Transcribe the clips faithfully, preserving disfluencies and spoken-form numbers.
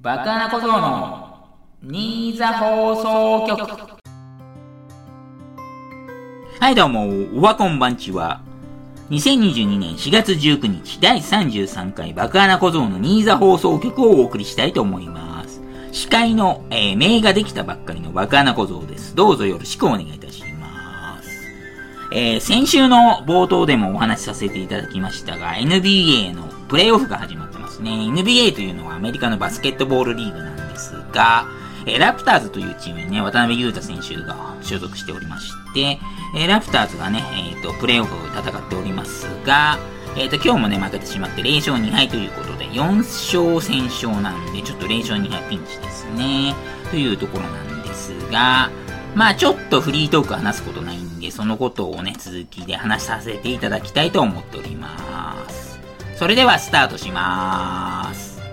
バカな小僧の新座放送局。はいどうも、おはこんばんちは。にせんにじゅうにねんしがつじゅうくにちだいさんじゅうさんかいバカな小僧の新座放送局をお送りしたいと思います。司会の、えー、名ができたばっかりのバカな小僧です。どうぞよろしくお願いいたします。えー、先週の冒頭でもお話しさせていただきましたが、エヌビーエー のプレイオフが始まってますね。エヌビーエー というのはアメリカのバスケットボールリーグなんですが、えー、ラプターズというチームにね、渡辺裕太選手が所属しておりまして、えー、ラプターズがね、えっと、プレイオフを戦っておりますが、えっと、今日もね、負けてしまってぜろしょうにはいということで、よんしょう先勝なんで、ちょっとぜろしょうにはいピンチですね。というところなんですが、まあちょっとフリートーク話すことないんで、そのことをね、続きで話させていただきたいと思っております。それではスタートしまーす。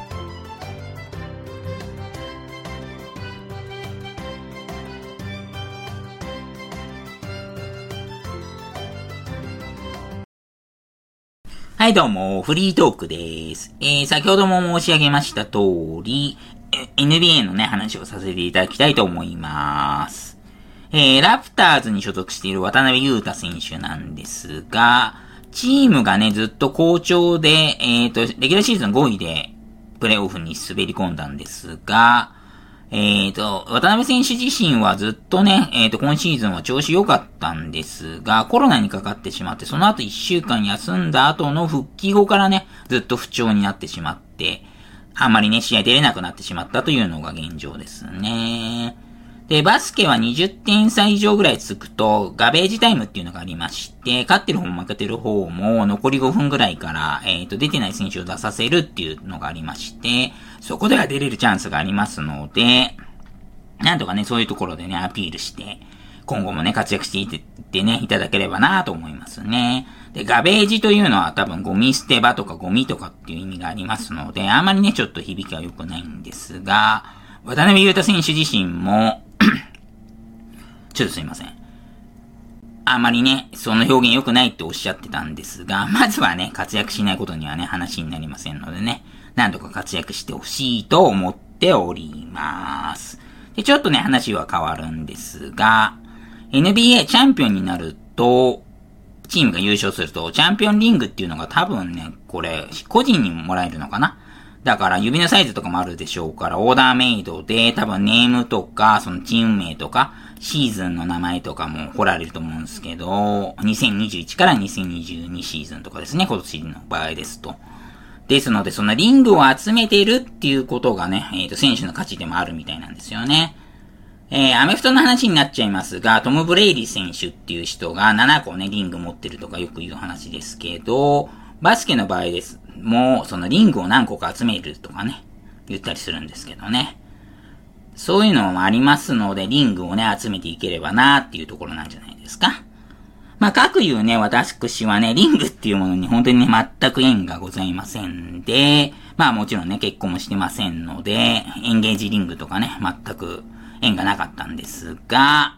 はいどうも、フリートークです。えー、先ほども申し上げました通り、エヌビーエー のね、話をさせていただきたいと思います。えー、ラプターズに所属している渡辺裕太選手なんですが、チームがね、ずっと好調で、えっと、レギュラーシーズンごいで、プレイオフに滑り込んだんですが、えっと、渡辺選手自身はずっとね、えっと、今シーズンは調子良かったんですが、コロナにかかってしまって、その後いっしゅうかん休んだ後の復帰後からね、ずっと不調になってしまって、あんまりね、試合出れなくなってしまったというのが現状ですね。で、バスケはにじゅってんさ以上ぐらいつくと、ガベージタイムっていうのがありまして、勝ってる方も負けてる方も残りごふんぐらいから、えっと、出てない選手を出させるっていうのがありまして、そこでは出れるチャンスがありますので、なんとかね、そういうところでね、アピールして、今後もね、活躍していってね、いただければなと思いますね。で、ガベージというのは多分ゴミ捨て場とかゴミとかっていう意味がありますので、あんまりね、ちょっと響きは良くないんですが、渡辺裕太選手自身も、ちょっとすいません。あんまりね、その表現良くないっておっしゃってたんですが、まずはね、活躍しないことにはね、話になりませんのでね、なんとか活躍してほしいと思っております。で、ちょっとね、話は変わるんですが、エヌビーエー チャンピオンになると、チームが優勝すると、チャンピオンリングっていうのが多分ね、これ、個人にももらえるのかな？だから指のサイズとかもあるでしょうから、オーダーメイドで、多分ネームとか、そのチーム名とか、シーズンの名前とかも掘られると思うんですけど、にせんにじゅういちからにせんにじゅうにシーズンとかですね、今年の場合ですと。ですので、そのリングを集めてるっていうことがね、えっと、選手の価値でもあるみたいなんですよね。えー、アメフトの話になっちゃいますが、トム・ブレイリー選手っていう人がななこね、リング持ってるとかよく言う話ですけど、バスケの場合です。もう、そのリングを何個か集めるとかね、言ったりするんですけどね。そういうのもありますので、リングをね、集めていければなーっていうところなんじゃないですか。まあ、各言うね、私はね、リングっていうものに本当にね、全く縁がございませんで、まあもちろんね、結婚もしてませんので、エンゲージリングとかね、全く縁がなかったんですが、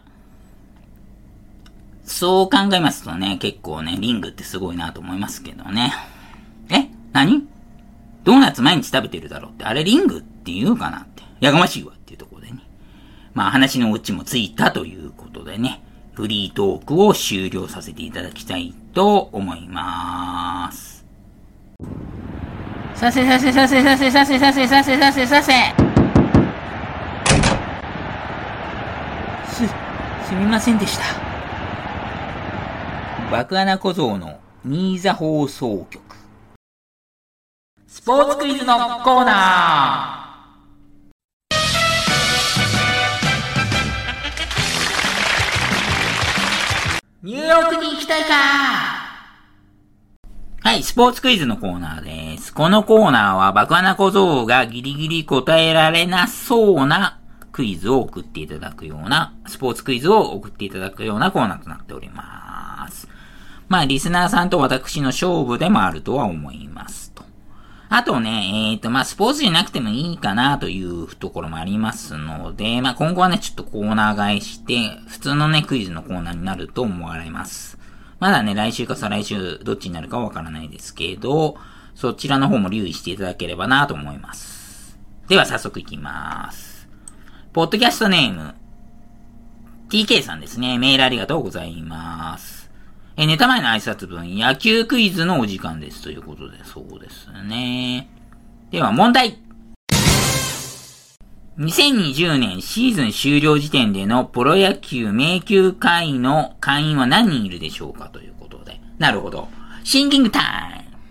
そう考えますとね、結構ね、リングってすごいなと思いますけどね。え？何？ドーナツ毎日食べてるだろうって、あれリングって言うかなって。やがましいわっていうところでね。まあ話のオチもついたということでね、フリートークを終了させていただきたいと思いまーす。させさせさせさせさせさせさせさせさせす、すみませんでした。爆穴小僧の新座放送局。スポーツクイズのコーナー。ニューヨークに行きたいか。はい、スポーツクイズのコーナーです。このコーナーは爆穴小僧がギリギリ答えられなそうなクイズを送っていただくような、スポーツクイズを送っていただくようなコーナーとなっております。まあ、リスナーさんと私の勝負でもあるとは思いますと。あとね、えっと、まあ、スポーツじゃなくてもいいかなというところもありますので、まあ、今後はね、ちょっとコーナー替えして、普通のね、クイズのコーナーになると思われます。まだね、来週か再来週、どっちになるかわからないですけど、そちらの方も留意していただければなと思います。 では早速いきます。ポッドキャストネーム、ティーケー さんですね。メールありがとうございます。え、ネタ前の挨拶文、野球クイズのお時間ですということで、そうですね。では問題。にせんにじゅうねんシーズン終了時点でのプロ野球迷宮会員の会員は何人いるでしょうかということで。なるほど。シンキングタイム。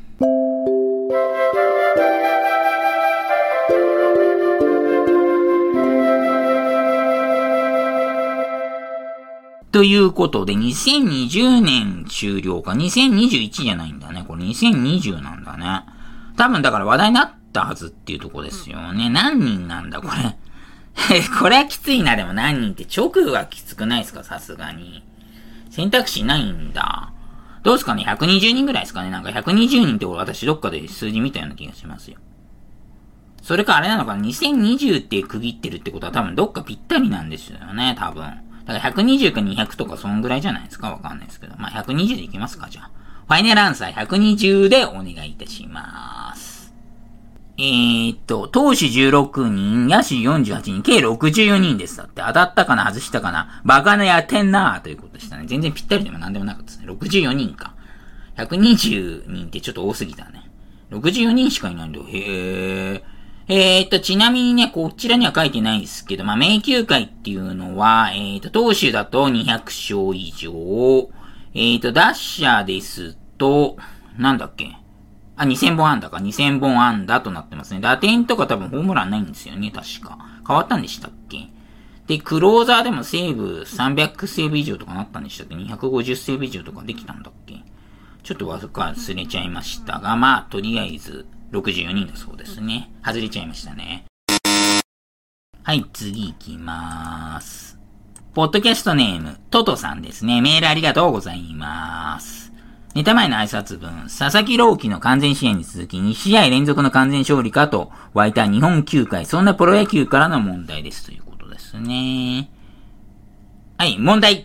ということで、にせんにじゅうねん終了か。にせんにじゅういちじゃないんだね。これにせんにじゅうなんだね。多分だから話題になったはずっていうとこですよね。何人なんだこれ。これはきついな。でも何人って直はきつくないですか、さすがに。選択肢ないんだ。どうですかね ?ひゃくにじゅうにんぐらいですかね。なんかひゃくにじゅうにんって私どっかで数字見たような気がしますよ。それかあれなのかな ?にせんにじゅう って区切ってるってことは多分どっかぴったりなんですよね。多分。だからひゃくにじゅうかにひゃくとかそんぐらいじゃないですか、わかんないですけど。まあ、ひゃくにじゅうでいきますか、じゃあ。ファイナルアンサーひゃくにじゅうでお願いいたします。えーっと、投手じゅうろくにん、野手よんじゅうはちにん、計ろくじゅうよにんです。だって当たったかな、外したかな、バカなやってんなーということでしたね。全然ぴったりでもなんでもなかったですね。ろくじゅうよにんか。ひゃくにじゅうにんってちょっと多すぎたね。ろくじゅうよにんしかいないんだよ。へー。えーっと、ちなみにね、こちらには書いてないですけど、まあ、迷宮会っていうのは、えーっと、投手だとにひゃくしょう以上、えーっと、打者ですと、なんだっけあ、にせんぼん安打か、にせんぼん安打となってますね。打点とか多分ホームランないんですよね、確か。変わったんでしたっけで、クローザーでもセーブさんびゃくセーブ以上とかなったんでしたっけ ?にひゃくごじゅう セーブ以上とかできたんだっけちょっとわずか忘れちゃいましたが、まあ、とりあえず、ろくじゅうよにんだそうですね。外れちゃいましたね。はい、次行きまーす。ポッドキャストネーム、トトさんですね。メールありがとうございます。ネタ前の挨拶文、佐々木朗希の完全試合に続きに試合連続の完全勝利かと湧いた日本球界、そんなプロ野球からの問題ですということですね。はい、問題。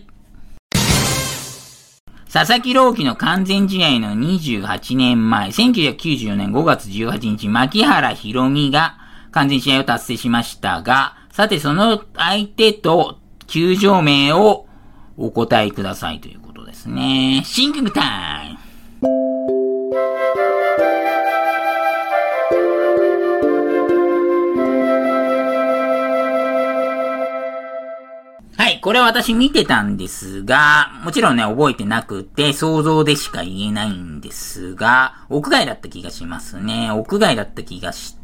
佐々木朗希の完全試合のにじゅうはちねんまえ、せんきゅうひゃくきゅうじゅうよねんごがつじゅうはちにち、牧原宏美が完全試合を達成しましたが、さてその相手と球場名をお答えくださいということですね。シンキングタイム。はい、これは私見てたんですが、もちろんね、覚えてなくて、想像でしか言えないんですが、屋外だった気がしますね。屋外だった気がして、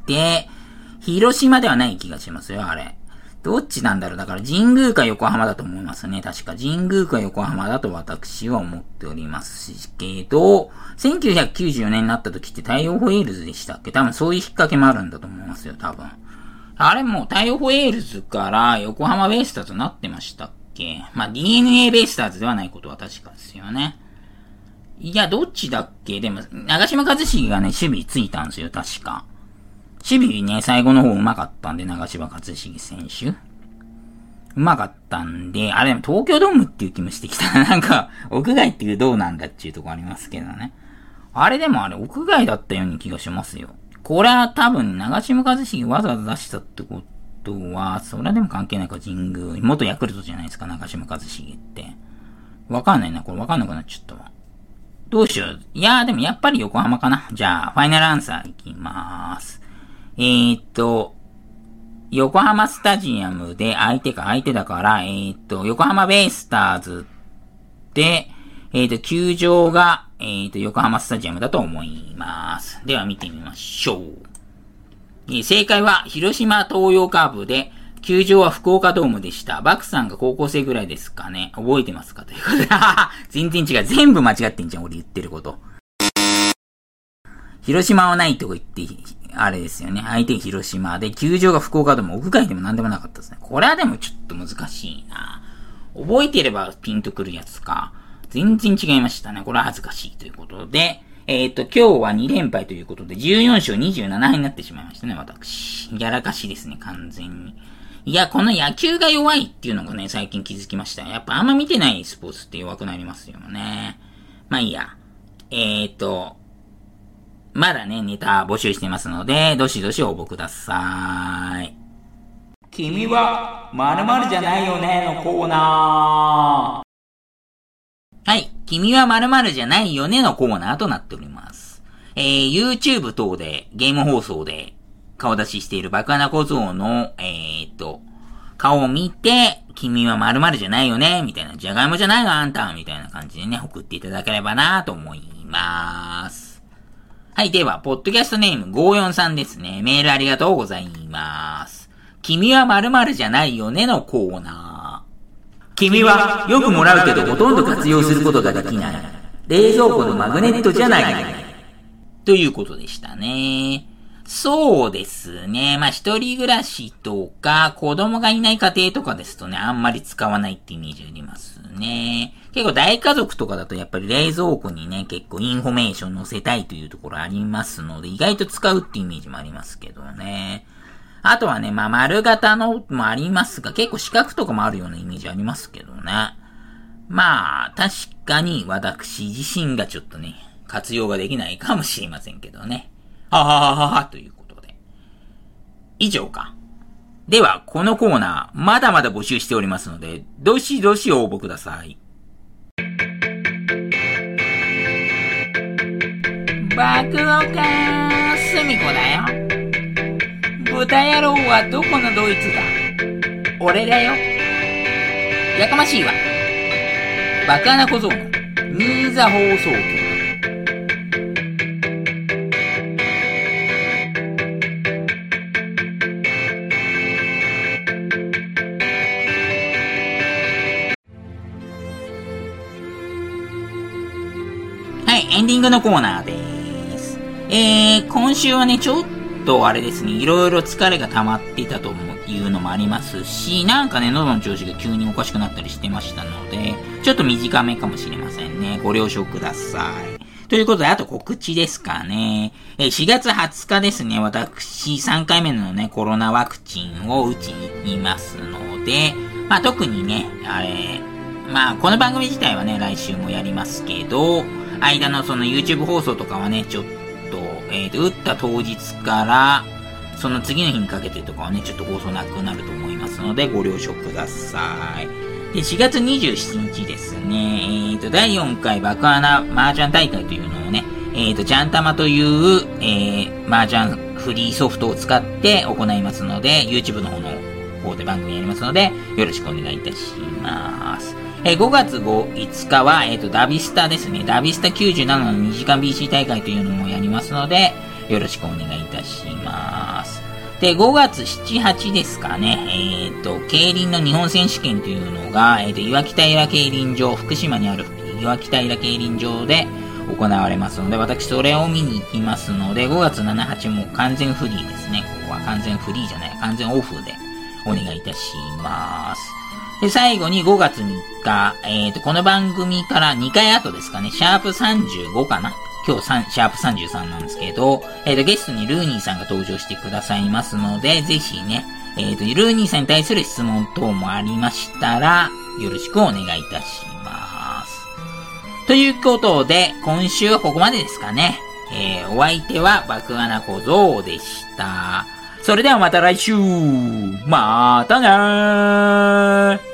広島ではない気がしますよ、あれ。どっちなんだろう。だから神宮か横浜だと思いますね。確か神宮か横浜だと私は思っておりますし、けど、せんきゅうひゃくきゅうじゅうよねんになった時って太陽ホエールズでしたっけ？多分そういう引っ掛けもあるんだと思いますよ、多分。あれも太陽ホエールズから横浜ベイスターズになってましたっけ？まあ、ディーエヌエー ベイスターズではないことは確かですよね。いや、どっちだっけ？でも、長嶋一茂がね、守備ついたんですよ、確か。守備ね、最後の方上手かったんで、長嶋一茂選手。上手かったんで、あれ、東京ドームっていう気もしてきた。なんか、屋外っていうどうなんだっていうとこありますけどね。あれでもあれ、屋外だったように気がしますよ。これは多分、長嶋一茂わざわざ出したってことは、それはでも関係ないか、神宮。元ヤクルトじゃないですか、長嶋一茂って。わかんないな、これわかんなくなっちゃったわ。どうしよう。いやー、でもやっぱり横浜かな。じゃあ、ファイナルアンサーいきまーす。えーっと、横浜スタジアムで相手か相手だから、えーっと、横浜ベイスターズで、えーっと、球場が、えーっと、横浜スタジアムだと思います。では見てみましょう。えー、正解は、広島東洋カープで、球場は福岡ドームでした。バクさんが高校生ぐらいですかね。覚えてますかということで。全然違う。全部間違ってんじゃん、俺言ってること。広島はないとこ行って、あれですよね。相手広島で、球場が福岡ドーム、屋外でも何でもなかったですね。これはでもちょっと難しいな。覚えてればピンとくるやつか。全然違いましたね。これは恥ずかしいということで、えっと、今日はに連敗ということで、じゅうよんしょうにじゅうななはいになってしまいましたね、私。やらかしですね、完全に。いや、この野球が弱いっていうのがね、最近気づきました。やっぱあんま見てないスポーツって弱くなりますよね。まあいいや。えっと、 まだね、ネタ募集してますので、どしどし応募ください。君は〇〇じゃないよねのコーナー。はい。君は〇〇じゃないよねのコーナーとなっております。えー、YouTube 等でゲーム放送で顔出ししているバカな小僧の、えーっと、顔を見て、君は〇〇じゃないよねみたいな、じゃがいもじゃないのあんたみたいな感じでね、送っていただければなと思います。はい。では、ポッドキャストネームごーよんさんですね。メールありがとうございます。君は〇〇じゃないよねのコーナー。君はよくもらうけどほとんど活用することができない。冷蔵庫のマグネットじゃない。ということでしたね。そうですね。まあ、一人暮らしとか、子供がいない家庭とかですとね、あんまり使わないってイメージありますね。結構大家族とかだとやっぱり冷蔵庫にね、結構インフォメーション載せたいというところありますので、意外と使うってイメージもありますけどね。あとはね、まあ、丸型のもありますが、結構四角とかもあるようなイメージありますけどね。まあ、確かに私自身がちょっとね、活用ができないかもしれませんけどね。ははははは、ということで。以上か。では、このコーナー、まだまだ募集しておりますので、どしどし応募ください。爆音かー、すみこだよ。豚野郎はどこのドイツだ？俺だよ。やかましいわ。バカな小僧の新座放送局。はい、エンディングのコーナーです。えー、今週はね、ちょっとあれですね、いろいろ疲れが溜まっていたというのもありますし、なんかね、喉の調子が急におかしくなったりしてましたので、ちょっと短めかもしれませんね。ご了承ください。ということで、あと告知ですかね。えしがつはつかですね、私さんかいめのね、コロナワクチンを打ちに行きますので、まあ特にね、あれ、まあこの番組自体はね、来週もやりますけど、間のその YouTube 放送とかはね、ちょっと、えーと、打った当日から、その次の日にかけてとかはね、ちょっと放送なくなると思いますので、ご了承ください。で、しがつにじゅうしちにちですね、えーと、だいよんかい爆穴麻雀大会というのをね、えーと、ジャンタマという、えー、麻雀フリーソフトを使って行いますので、YouTube の方の方で番組やりますので、よろしくお願いいたします。えー、ごがついつかは、えっと、ダビスタですね。ダビスタきゅうじゅうななのにじかん ビーシー 大会というのもやりますので、よろしくお願いいたします。で、ごがつしち、はちですかね。えっと、競輪の日本選手権というのが、えっと、岩北平競輪場、福島にある岩北平競輪場で行われますので、私それを見に行きますので、ごがつしち、はちも完全フリーですね。ここは完全フリーじゃない、完全オフでお願いいたします。で、最後にごがつみっか、えっと、この番組からにかい後ですかね、シャープさんじゅうごかな？今日シャープさんじゅうさんなんですけど、えっと、ゲストにルーニーさんが登場してくださいますので、ぜひね、えっと、ルーニーさんに対する質問等もありましたら、よろしくお願いいたします。ということで、今週はここまでですかね。えー、お相手は爆穴小僧でした。それではまた来週またねー